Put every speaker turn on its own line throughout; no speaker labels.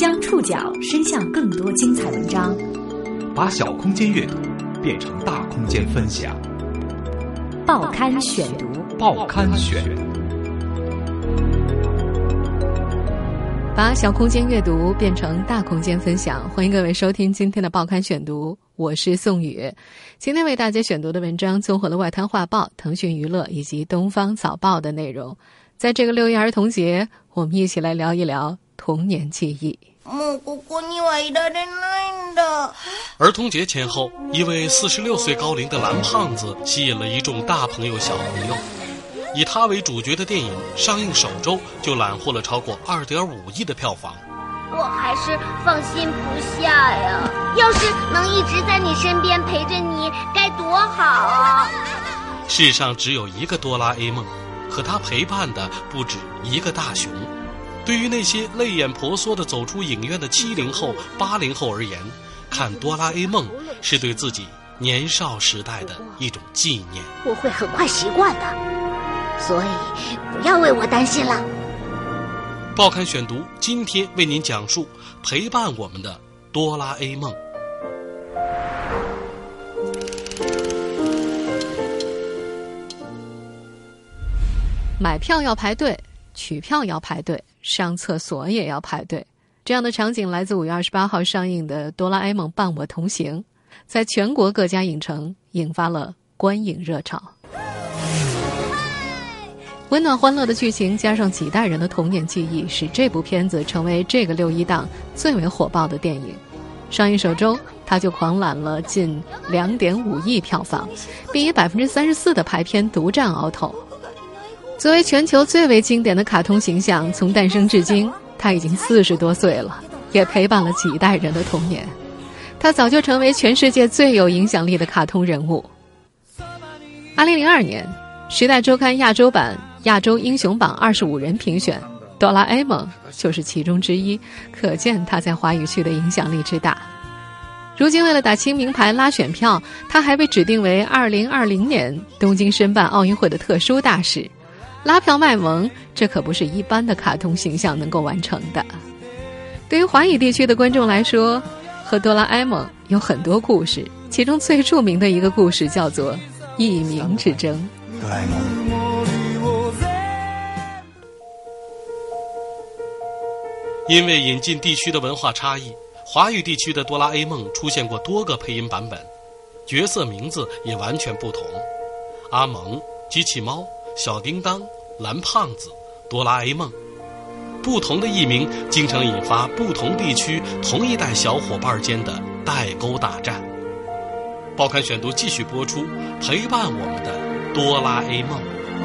将触角伸向更多精彩文章，
把小空间阅读变成大空间分享。
报刊选读，
报刊选，
把小空间阅读变成大空间分享。欢迎各位收听今天的报刊选读，我是宋宇。今天为大家选读的文章综合了外滩画报、腾讯娱乐以及东方早报的内容。在这个6一儿童节，我们一起来聊一聊童年记忆。
儿童节前后，一位46岁高龄的蓝胖子吸引了一众大朋友小朋友。以他为主角的电影上映首周就揽获了超过2.5亿的票房。
我还是放心不下呀，要是能一直在你身边陪着你，该多好啊！
世上只有一个哆啦 A 梦，可他陪伴的不止一个大雄。对于那些泪眼婆娑地走出影院的70后、80后而言，看哆啦 A 梦是对自己年少时代的一种纪念。
我会很快习惯的，所以不要为我担心了。
报刊选读今天为您讲述陪伴我们的哆啦 A 梦。
买票要排队，取票要排队，上厕所也要排队。这样的场景来自5月28号上映的《哆啦 A 梦伴我同行》，在全国各家影城引发了观影热潮。温暖欢乐的剧情加上几代人的童年记忆，使这部片子成为这个6一档最为火爆的电影。上映首周，它就狂揽了近2.5亿票房，并以34%的排片独占鳌头。作为全球最为经典的卡通形象，从诞生至今，他已经40多岁了，也陪伴了几代人的童年。他早就成为全世界最有影响力的卡通人物。2002年，《时代周刊》亚洲版亚洲英雄榜25人评选，哆啦 A 梦就是其中之一，可见他在华语区的影响力之大。如今为了打清明牌拉选票，他还被指定为2020年东京申办奥运会的特殊大使。拉票卖萌，这可不是一般的卡通形象能够完成的。对于华语地区的观众来说，和哆啦 A 梦有很多故事，其中最著名的一个故事叫做艺名之争。
哆啦 A 梦，
因为引进地区的文化差异，华语地区的哆啦 A 梦出现过多个配音版本，角色名字也完全不同。阿蒙、机器猫、小叮当、蓝胖子、哆啦 A 梦，不同的艺名经常引发不同地区同一代小伙伴间的代沟大战。报刊选读继续播出，陪伴我们的哆啦 A 梦。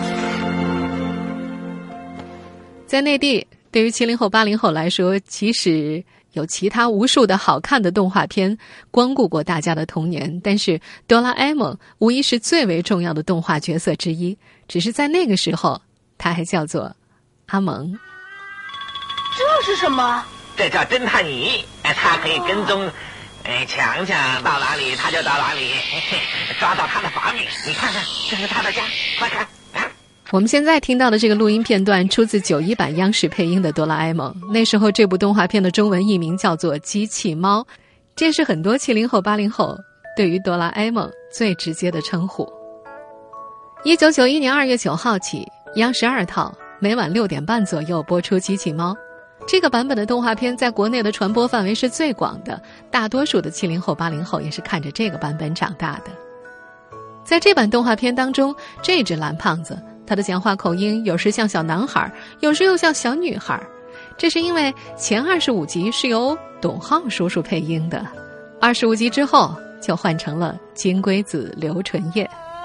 在内地，对于70后、80后来说，即使有其他无数的好看的动画片光顾过大家的童年，但是哆啦 A 梦无疑是最为重要的动画角色之一，只是在那个时候他还叫做阿蒙。
这是什么？
这叫侦探仪，它可以跟踪强强到哪里他就到哪里，抓到他的把柄。你看看，这是他的家，快看啊！
我们现在听到的这个录音片段出自91版央视配音的哆啦 A 梦，那时候这部动画片的中文译名叫做机器猫，这是很多70后、80后对于哆啦 A 梦最直接的称呼。1991年2月9号起，央视2套每晚6点半左右播出机器猫。这个版本的动画片在国内的传播范围是最广的，大多数的70后、80后也是看着这个版本长大的。在这版动画片当中，这只蓝胖子他的讲话口音有时像小男孩，有时又像小女孩，这是因为前25集是由董浩叔叔配音的，25集之后就换成了金龟子刘纯叶。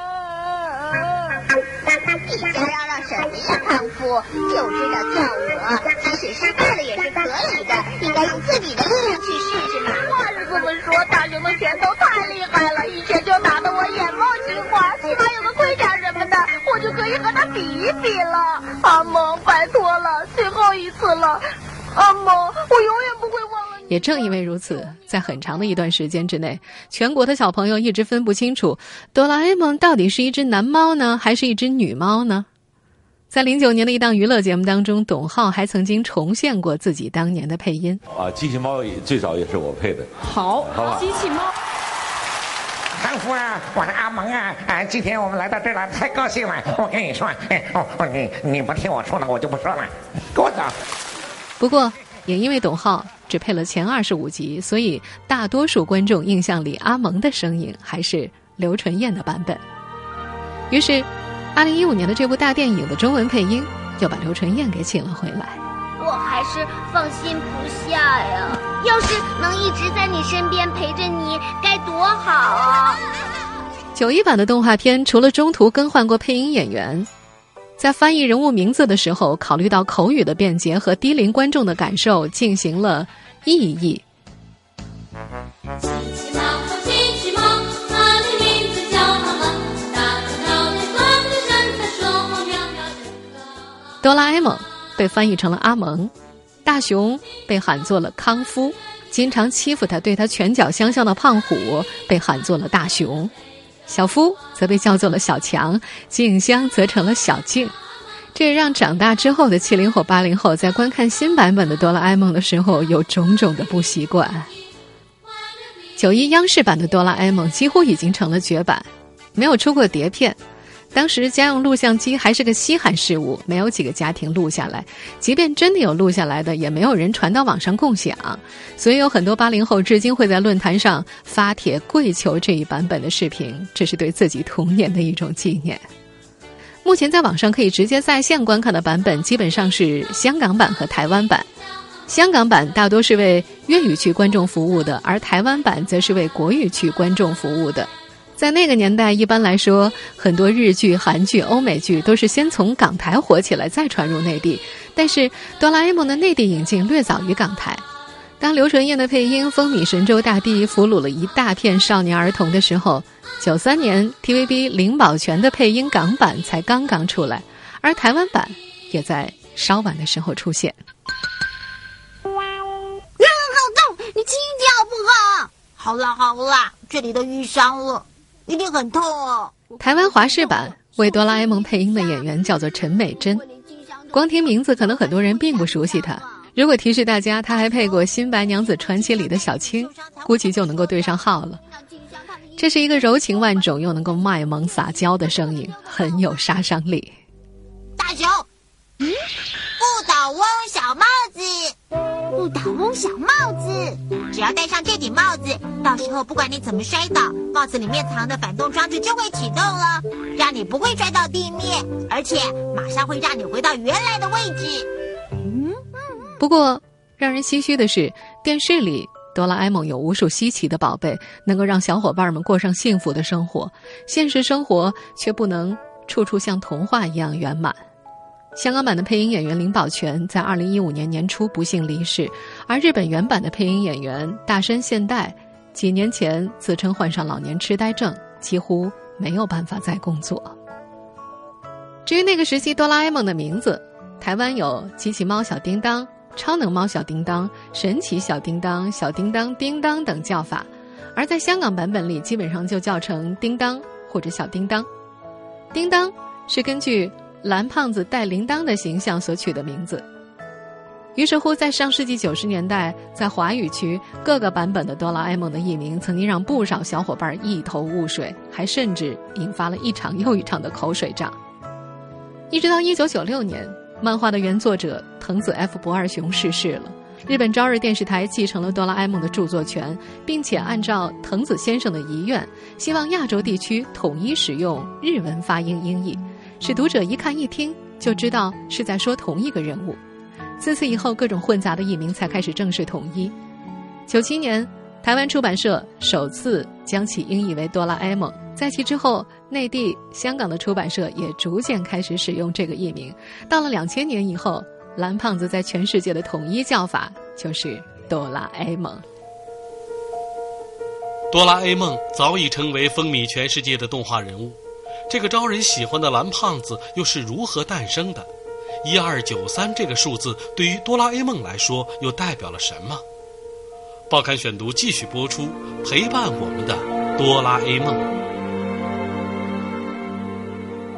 你想要让什么呀，康夫？就知道叫我，即使失败了也是可以的，应该用自己的力量去试试嘛。
话是这么说，大雄的拳头太厉害了，一拳就打得我眼冒金花，起码有个盔甲什么的，我就可以和他比一比了。阿蒙，拜托了，最后一次了，阿蒙，我永远不会忘了你。
也正因为如此，在很长的一段时间之内，全国的小朋友一直分不清楚哆啦 A 梦到底是一只男猫呢，还是一只女猫呢？ 在09年的一档娱乐节目当中，董浩还曾经重现过自己当年的配音。
机器猫最早也是我配的。
好吧，机器猫。
韩夫啊，我是阿蒙啊！今天我们来到这儿了，太高兴了。我跟你说，你不听我说了，我就不说了，给我走。
不过，也因为董浩只配了前25集，所以大多数观众印象里阿蒙的声音还是刘纯燕的版本。于是2015年的这部大电影的中文配音又把刘纯燕给请了回来。
我还是放心不下呀，要是能一直在你身边陪着你，该多好啊
！91版的动画片除了中途更换过配音演员，在翻译人物名字的时候，考虑到口语的便捷和低龄观众的感受，进行了意译。
机器猫，机器猫，它的名字叫阿蒙，大头脑袋，短的身材，说话苗苗真可爱。
哆啦 A 梦被翻译成了阿蒙，大雄被喊作了康夫，经常欺负他、对他拳脚相向的胖虎被喊作了大雄，小夫则被叫做了小强，静香则成了小静。这也让长大之后的70后、80后在观看新版本的哆啦 A 梦的时候有种种的不习惯。91央视版的哆啦 A 梦几乎已经成了绝版，没有出过碟片。当时家用录像机还是个稀罕事物，没有几个家庭录下来，即便真的有录下来的，也没有人传到网上共享，所以有很多80后至今会在论坛上发帖跪求这一版本的视频，这是对自己童年的一种纪念。目前在网上可以直接在线观看的版本基本上是香港版和台湾版，香港版大多是为粤语区观众服务的，而台湾版则是为国语区观众服务的。在那个年代，一般来说，很多日剧、韩剧、欧美剧都是先从港台火起来，再传入内地。但是哆啦 A 梦的内地引进略早于港台。当刘纯燕的配音风靡神州大地，俘虏了一大片少年儿童的时候，93年 TVB 林保全的配音港版才刚刚出来，而台湾版也在稍晚的时候出现。
好痛，你轻一点好不好？好啦好啦，这里都淤伤了，一定很痛哦。
台湾华视版为哆啦 A 梦配音的演员叫做陈美珍，光听名字可能很多人并不熟悉她。如果提示大家她还配过《新白娘子传奇》里的小青，估计就能够对上号了。这是一个柔情万种又能够卖萌撒娇的声音，很有杀伤力。
大雄，不倒翁小帽子，不倒翁小帽子，只要戴上这顶帽子，到时候不管你怎么摔倒，帽子里面藏的反动装置就会启动了，让你不会摔到地面，而且马上会让你回到原来的位置。
不过让人唏嘘的是，电视里哆啦 A 梦有无数稀奇的宝贝，能够让小伙伴们过上幸福的生活，现实生活却不能处处像童话一样圆满。香港版的配音演员林保全在2015年年初不幸离世，而日本原版的配音演员大山现代几年前自称患上老年痴呆症，几乎没有办法再工作。至于那个时期哆啦 A 梦的名字，台湾有机器猫小叮当、超能猫小叮当、神奇小叮当、小叮当、叮当等叫法，而在香港版本里基本上就叫成叮当或者小叮当。叮当是根据蓝胖子带铃铛的形象所取的名字。于是乎，在上世纪90年代，在华语区各个版本的哆啦 A 梦的译名曾经让不少小伙伴一头雾水，还甚至引发了一场又一场的口水仗。一直到1996年，漫画的原作者藤子 F 不二雄逝世了，日本朝日电视台继承了哆啦 A 梦的著作权，并且按照藤子先生的遗愿，希望亚洲地区统一使用日文发音音译，使读者一看一听就知道是在说同一个人物。自此以后，各种混杂的译名才开始正式统一。97年，台湾出版社首次将其音译为哆啦 A 梦，在其之后，内地、香港的出版社也逐渐开始使用这个译名。到了2000年以后，蓝胖子在全世界的统一叫法就是哆啦 A 梦。
哆啦 A 梦早已成为风靡全世界的动画人物，这个招人喜欢的蓝胖子又是如何诞生的？1293这个数字对于哆啦 A 梦来说又代表了什么？报刊选读继续播出，陪伴我们的哆啦 A 梦。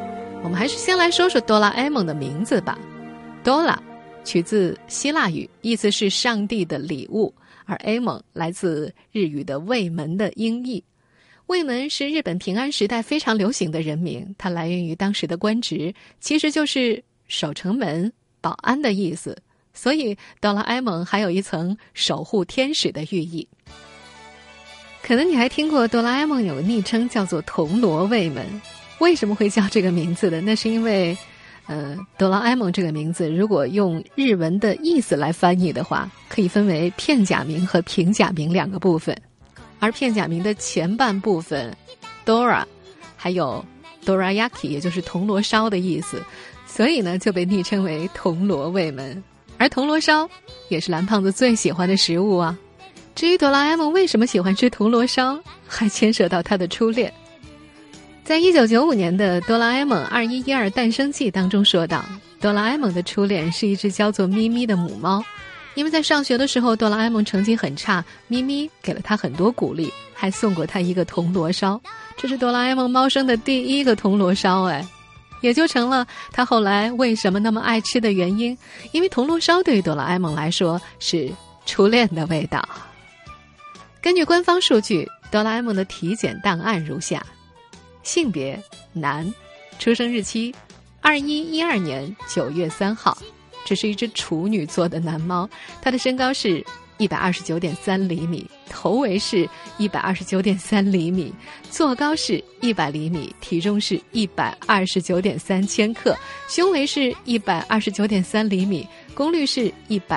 我们还是先来说说哆啦 A 梦的名字吧。哆啦取自希腊语，意思是上帝的礼物，而 A 梦来自日语的卫门的音译。卫门是日本平安时代非常流行的人名，它来源于当时的官职，其实就是守城门、保安的意思，所以哆啦 A 梦还有一层守护天使的寓意。可能你还听过哆啦 A 梦有个昵称叫做铜锣卫门，为什么会叫这个名字的？那是因为哆啦 A 梦这个名字如果用日文的意思来翻译的话，可以分为片假名和平假名两个部分，而片假名的前半部分 Dora 还有 Dorayaki 也就是铜锣烧的意思，所以呢就被昵称为铜锣卫门。而铜锣烧也是蓝胖子最喜欢的食物啊。至于哆啦 A 梦为什么喜欢吃铜锣烧，还牵涉到他的初恋。在1995年的哆啦 A 梦2112诞生记当中说到，哆啦 A 梦的初恋是一只叫做咪咪的母猫，因为在上学的时候哆啦 A 梦成绩很差，咪咪给了他很多鼓励，还送过他一个铜锣烧，这是哆啦 A 梦猫生的第一个铜锣烧，也就成了他后来为什么那么爱吃的原因，因为铜锣烧对于哆啦 A 梦来说是初恋的味道。根据官方数据，哆啦 A 梦的体检档案如下：性别男，出生日期2112年9月3号，这是一只处女座的男猫，它的身高是129.3厘米，头围是129.3厘米，坐高是100厘米，体重是129.3千克，胸围是129.3厘米，功率是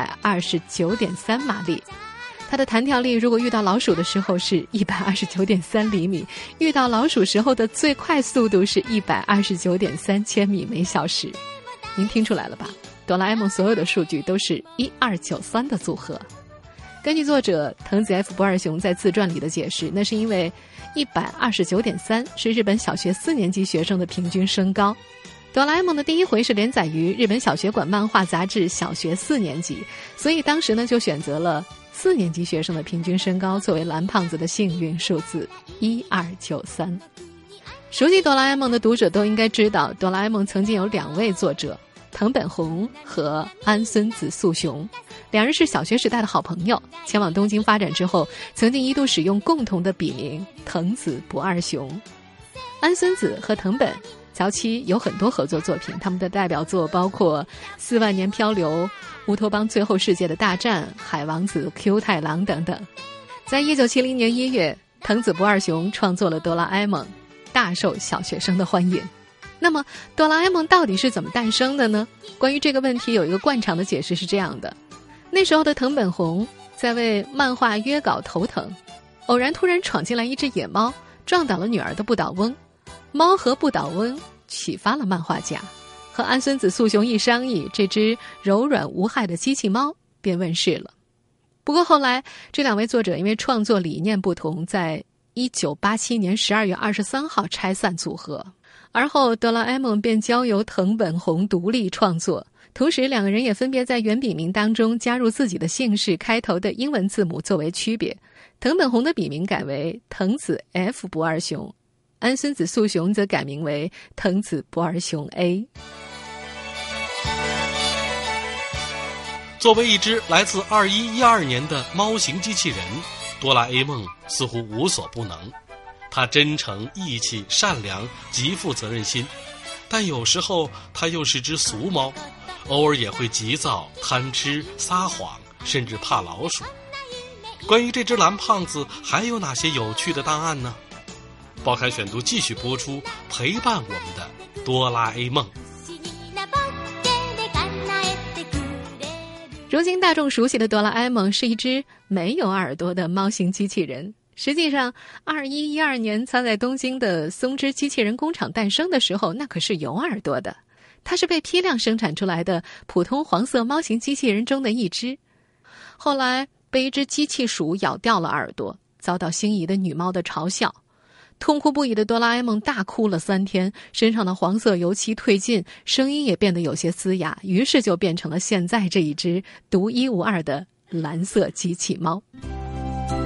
129.3马力。它的弹跳力如果遇到老鼠的时候是129.3厘米，遇到老鼠时候的最快速度是129.3千米每小时。您听出来了吧？哆啦 A 梦所有的数据都是1293的组合。根据作者藤子 F 不二雄在自传里的解释，那是因为129.3是日本小学4年级学生的平均身高。哆啦 A 梦的第一回是连载于日本小学馆漫画杂志小学4年级，所以当时呢就选择了4年级学生的平均身高作为蓝胖子的幸运数字1293。熟悉哆啦 A 梦的读者都应该知道，哆啦 A 梦曾经有2位作者，藤本弘和安孙子素雄，两人是小学时代的好朋友，前往东京发展之后，曾经一度使用共同的笔名藤子不二雄。安孙子和藤本早期有很多合作作品，他们的代表作包括4万年漂流、乌托邦最后世界的大战、海王子、Q 太郎等等。在1970年1月，藤子不二雄创作了哆啦 A 梦，大受小学生的欢迎。那么哆啦 A 梦到底是怎么诞生的呢？关于这个问题有一个惯常的解释是这样的：那时候的藤本弘在为漫画约稿头疼，偶然突然闯进来一只野猫，撞倒了女儿的不倒翁。猫和不倒翁启发了漫画家，和安孙子素雄一商议，这只柔软无害的机器猫便问世了。不过后来这2位作者因为创作理念不同，在1987年12月23号拆散组合，而后哆啦 A 梦便交由藤本弘独立创作，同时2个人也分别在原笔名当中加入自己的姓氏开头的英文字母作为区别。藤本弘的笔名改为藤子 F 不二雄，安孙子素雄则改名为藤子不二雄 A。
作为一只来自2112年的猫型机器人，哆啦 A 梦似乎无所不能。它真诚、义气、善良，极负责任心，但有时候它又是只俗猫，偶尔也会急躁、贪吃、撒谎，甚至怕老鼠。关于这只蓝胖子还有哪些有趣的档案呢？报刊选读继续播出，陪伴我们的哆啦 A 梦。
如今大众熟悉的哆啦 A 梦是一只没有耳朵的猫型机器人。实际上2112年藏在东京的松之机器人工厂诞生的时候，那可是有耳朵的，它是被批量生产出来的普通黄色猫型机器人中的一只，后来被一只机器鼠咬掉了耳朵，遭到心仪的女猫的嘲笑。痛哭不已的哆啦 A 梦大哭了3天，身上的黄色油漆褪尽，声音也变得有些嘶哑，于是就变成了现在这一只独一无二的蓝色机器猫。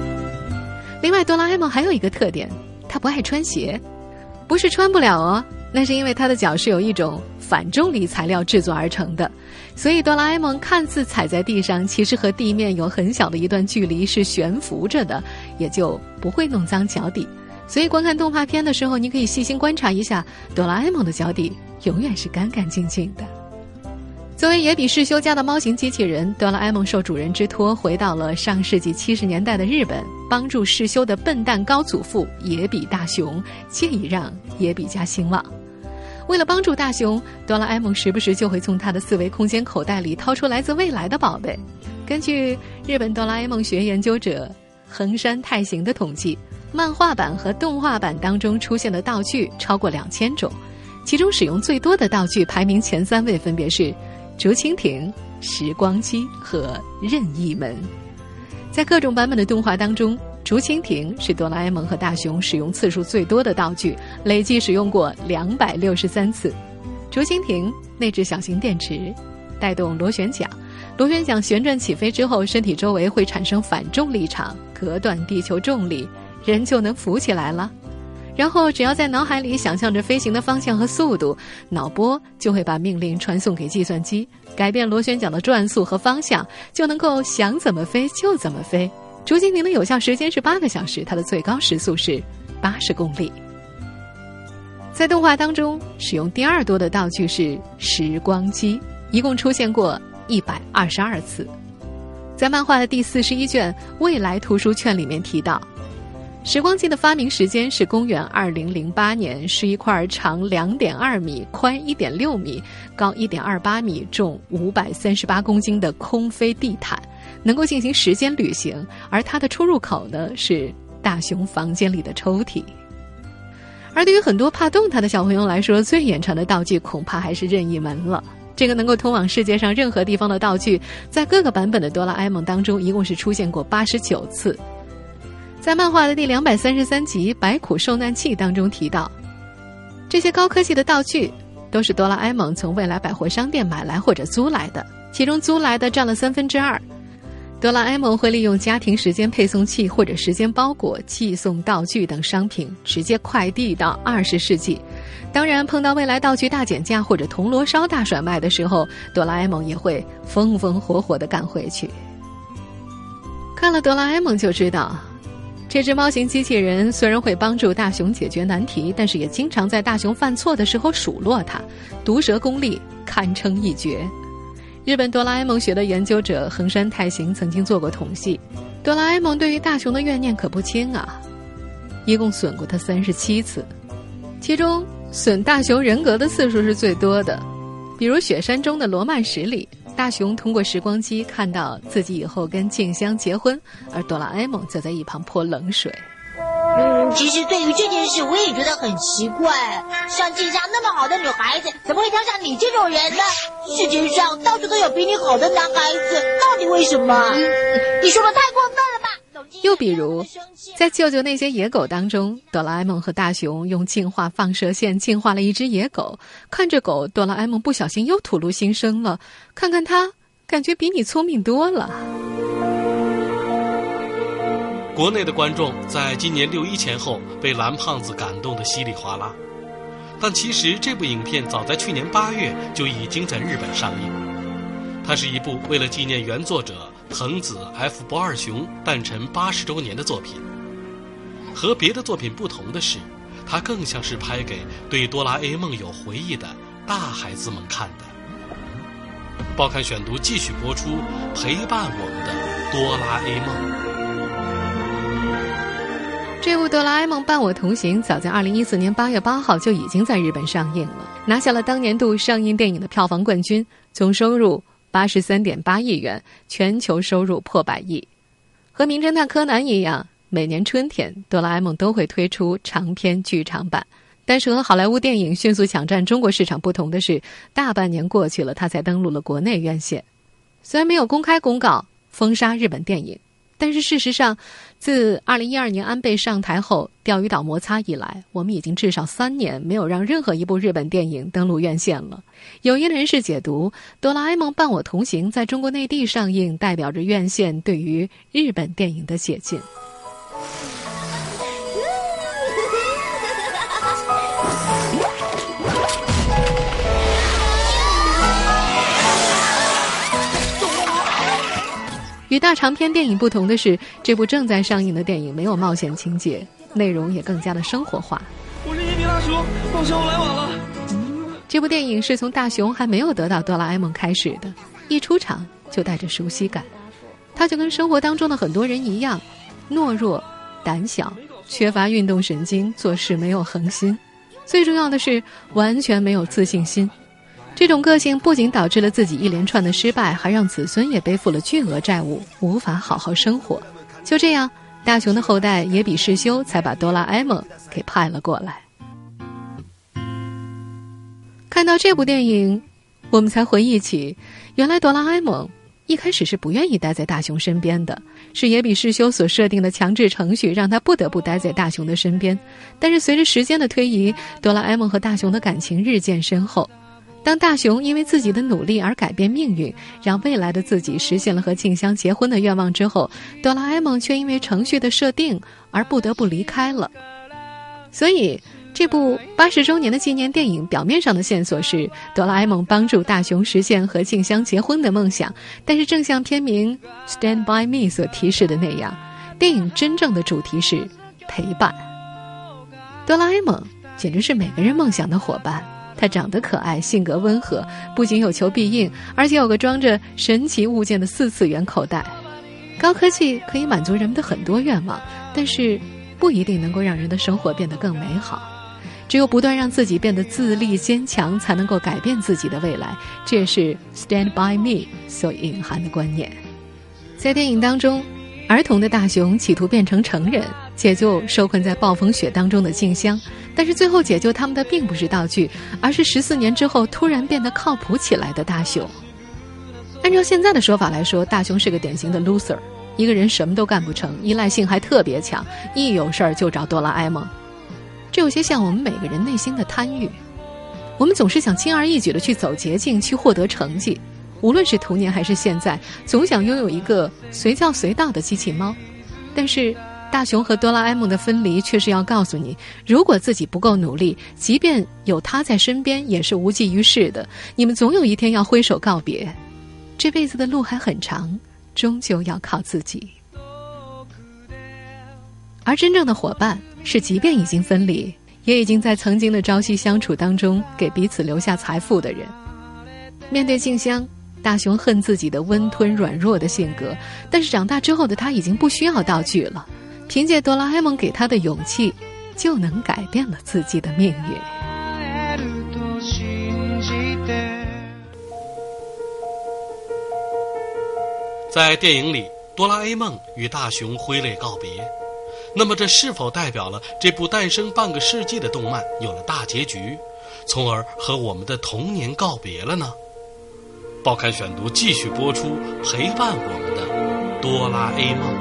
另外，哆啦 A 梦还有一个特点，它不爱穿鞋，不是穿不了哦， 那是因为它的脚是由一种反重力材料制作而成的，所以哆啦 A 梦看似踩在地上，其实和地面有很小的一段距离是悬浮着的，也就不会弄脏脚底。所以观看动画片的时候，你可以细心观察一下，哆啦 A 梦的脚底永远是干干净净的。作为野比世修家的猫型机器人，哆啦 A 梦受主人之托回到了上世纪70年代的日本，帮助世修的笨蛋高祖父野比大雄，借以让野比家兴旺。为了帮助大雄，哆啦 A 梦时不时就会从他的4维空间口袋里掏出来自未来的宝贝。根据日本哆啦 A 梦学研究者横山太行的统计，漫画版和动画版当中出现的道具超过2000种，其中使用最多的道具排名前3位分别是竹蜻蜓、时光机和任意门。在各种版本的动画当中，竹蜻蜓是哆啦 A 梦和大雄使用次数最多的道具，累计使用过263次。竹蜻蜓内置小型电池，带动螺旋桨，螺旋桨旋转起飞之后，身体周围会产生反重力场，隔断地球重力，人就能浮起来了。然后只要在脑海里想象着飞行的方向和速度，脑波就会把命令传送给计算机，改变螺旋桨的转速和方向，就能够想怎么飞就怎么飞。竹蜻蜓的有效时间是8个小时，它的最高时速是80公里。在动画当中，使用第2多的道具是时光机，一共出现过122次。在漫画的第41卷《未来图书券》里面提到，时光机的发明时间是公元2008年，是一块长2.2米、宽1.6米、高1.28米、重538公斤的空飞地毯，能够进行时间旅行，而它的出入口呢是大雄房间里的抽屉。而对于很多怕动它的小朋友来说，最眼馋的道具恐怕还是任意门了。这个能够通往世界上任何地方的道具，在各个版本的哆啦 A 梦当中一共是出现过89次。在漫画的第233集《白苦受难记》当中提到，这些高科技的道具都是哆啦 A 梦从未来百货商店买来或者租来的，其中租来的占了2/3。哆啦 A 梦会利用家庭时间配送器或者时间包裹寄送道具等商品，直接快递到20世纪。当然，碰到未来道具大减价或者铜锣烧大甩卖的时候，哆啦 A 梦也会风风火火地赶回去。看了哆啦 A 梦就知道，这只猫型机器人虽然会帮助大雄解决难题，但是也经常在大雄犯错的时候数落他，毒舌功力堪称一绝。日本哆啦 A 梦学的研究者横山太行曾经做过统计，哆啦 A 梦对于大雄的怨念可不轻啊，一共损过他37次，其中损大雄人格的次数是最多的。比如雪山中的罗曼史里，大雄通过时光机看到自己以后跟静香结婚，而哆啦 A 梦则在一旁泼冷水。
其实对于这件事我也觉得很奇怪，像静香那么好的女孩子，怎么会挑上你这种人呢？世界上到处都有比你好的男孩子，到底为什么？你说的太过分了吧！
又比如，在救救那些野狗当中，哆啦 A 梦和大雄用净化放射线净化了一只野狗，看着狗，哆啦 A 梦不小心又吐露心声了，看看他，感觉比你聪明多了。
国内的观众在今年6·1前后被蓝胖子感动得稀里哗啦，但其实这部影片早在去年8月就已经在日本上映。它是一部为了纪念原作者藤子 F 不二雄诞辰80周年的作品。和别的作品不同的是，它更像是拍给对哆啦 A 梦有回忆的大孩子们看的。报刊选读继续播出陪伴我们的哆啦 A 梦。
这部《哆啦 A 梦伴我同行》早在2014年8月8号就已经在日本上映了，拿下了当年度上映电影的票房冠军，总收入83.8亿元，全球收入破100亿。和名侦探柯南一样，每年春天哆啦 A 梦都会推出长篇剧场版，但是和好莱坞电影迅速抢占中国市场不同的是，大半年过去了，它才登陆了国内院线。虽然没有公开公告封杀日本电影，但是事实上，自2012年安倍上台后钓鱼岛摩擦以来，我们已经至少3年没有让任何一部日本电影登陆院线了。有业人士解读，哆啦 A 梦伴我同行在中国内地上映，代表着院线对于日本电影的解禁。 与大长篇电影不同的是，这部正在上映的电影没有冒险情节，内容也更加的生活化。
我是一米大熊，抱歉我来晚了。
这部电影是从大雄还没有得到哆啦 A 梦开始的，一出场就带着熟悉感。他就跟生活当中的很多人一样，懦弱、胆小，缺乏运动神经，做事没有恒心，最重要的是完全没有自信心。这种个性不仅导致了自己一连串的失败，还让子孙也背负了巨额债务，无法好好生活。就这样，大雄的后代野比世修才把哆啦 A 梦给派了过来。看到这部电影，我们才回忆起，原来哆啦 A 梦一开始是不愿意待在大雄身边的，是野比世修所设定的强制程序让他不得不待在大雄的身边。但是随着时间的推移，哆啦 A 梦和大雄的感情日渐深厚。当大雄因为自己的努力而改变命运，让未来的自己实现了和静香结婚的愿望之后，哆啦 A 梦却因为程序的设定而不得不离开了。所以这部80周年的纪念电影表面上的线索是哆啦 A 梦帮助大雄实现和静香结婚的梦想，但是正像片名 Stand By Me 所提示的那样，电影真正的主题是陪伴。哆啦 A 梦简直是每个人梦想的伙伴，他长得可爱，性格温和，不仅有求必应，而且有个装着神奇物件的4次元口袋。高科技可以满足人们的很多愿望，但是不一定能够让人的生活变得更美好。只有不断让自己变得自立坚强，才能够改变自己的未来。这也是 Stand By Me 所隐含的观念。在电影当中，儿童的大雄企图变成成人，解救受困在暴风雪当中的静香，但是最后解救他们的并不是道具，而是14年之后突然变得靠谱起来的大雄。按照现在的说法来说，大雄是个典型的 loser， 一个人什么都干不成，依赖性还特别强，一有事儿就找哆啦 A 梦。这有些像我们每个人内心的贪欲，我们总是想轻而易举地去走捷径，去获得成绩，无论是童年还是现在，总想拥有一个随叫随到的机器猫。但是大雄和哆啦 A 梦的分离却是要告诉你，如果自己不够努力，即便有他在身边也是无济于事的，你们总有一天要挥手告别。这辈子的路还很长，终究要靠自己。而真正的伙伴是即便已经分离，也已经在曾经的朝夕相处当中给彼此留下财富的人。面对静香，大雄恨自己的温吞软弱的性格，但是长大之后的他已经不需要道具了，凭借哆啦 A 梦给他的勇气，就能改变了自己的命运。
在电影里，哆啦 A 梦与大雄挥泪告别，那么这是否代表了这部诞生半个世纪的动漫有了大结局，从而和我们的童年告别了呢？报刊选读继续播出，陪伴我们的哆啦 A 梦。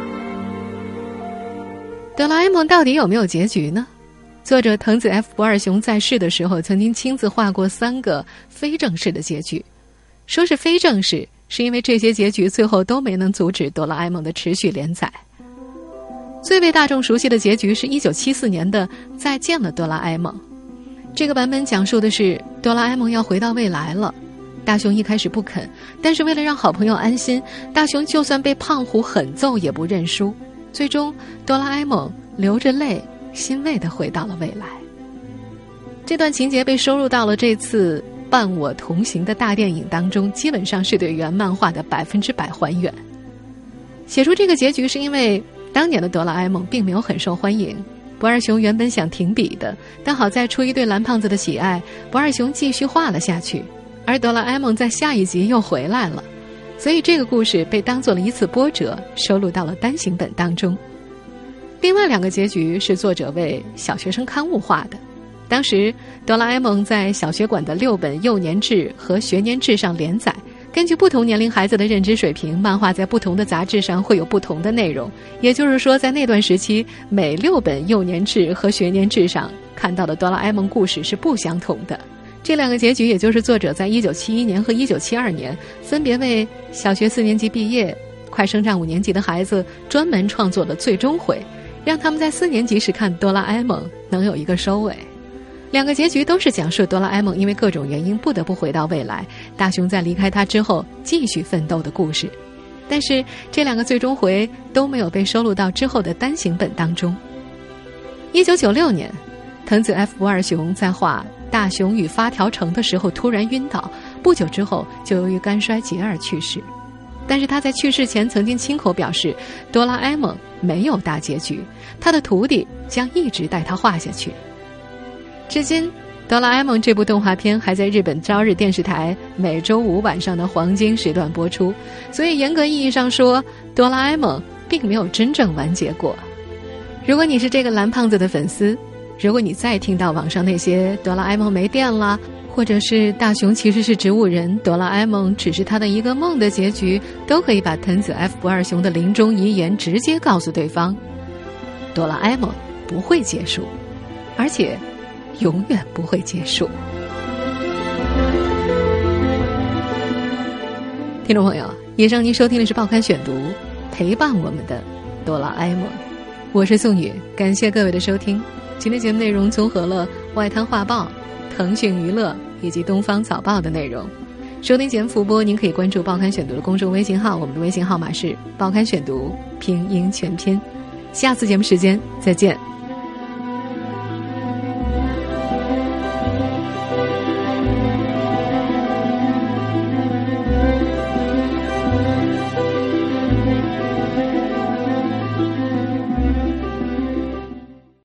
哆啦 A 梦到底有没有结局呢？作者藤子 F 不二雄在世的时候曾经亲自画过3个非正式的结局。说是非正式，是因为这些结局最后都没能阻止哆啦 A 梦的持续连载。最为大众熟悉的结局是1974年的《再见了哆啦 A 梦》。这个版本讲述的是哆啦 A 梦要回到未来了，大雄一开始不肯，但是为了让好朋友安心，大雄就算被胖虎狠揍也不认输。最终哆啦 A 梦流着泪欣慰地回到了未来。这段情节被收录到了这次伴我同行的大电影当中，基本上是对原漫画的100%还原。写出这个结局是因为当年的哆啦 A 梦并没有很受欢迎，不二雄原本想停笔的，但好在出于对蓝胖子的喜爱，不二雄继续画了下去，而哆啦 A 梦在下一集又回来了，所以这个故事被当作了一次波折，收录到了单行本当中。另外2个结局是作者为小学生刊物画的。当时哆啦 A 梦在小学馆的6本幼年志和学年志上连载，根据不同年龄孩子的认知水平，漫画在不同的杂志上会有不同的内容。也就是说，在那段时期，每6本幼年志和学年志上看到的哆啦 A 梦故事是不相同的。这2个结局也就是作者在1971年和1972年分别为小学4年级毕业、快升上5年级的孩子专门创作了最终回，让他们在4年级时看哆啦 A 梦能有一个收尾。2个结局都是讲述哆啦 A 梦因为各种原因不得不回到未来，大雄在离开他之后继续奋斗的故事。 但是这2个最终回都没有被收录到之后的单行本当中。1996年，藤子 F 不二雄在画《大雄与发条城》的时候突然晕倒，不久之后就由于肝衰竭而去世。但是他在去世前曾经亲口表示，哆啦 A 梦没有大结局，他的徒弟将一直带他画下去。至今，哆啦 A 梦这部动画片还在日本朝日电视台每周5晚上的黄金时段播出，所以严格意义上说，哆啦 A 梦并没有真正完结过。如果你是这个蓝胖子的粉丝，如果你再听到网上那些哆啦 A 梦没电了，或者是大雄其实是植物人，哆啦 A 梦只是他的一个梦的结局，都可以把藤子 F 不二雄的临终遗言直接告诉对方，哆啦 A 梦不会结束，而且永远不会结束。听众朋友，以上您收听的是报刊选读，陪伴我们的哆啦 A 梦，我是宋宇，感谢各位的收听。今天节目内容综合了外滩画报、腾讯娱乐以及东方早报的内容。收听节目复播，您可以关注报刊选读的公众微信号，我们的微信号码是报刊选读拼音全拼。下次节目时间再见。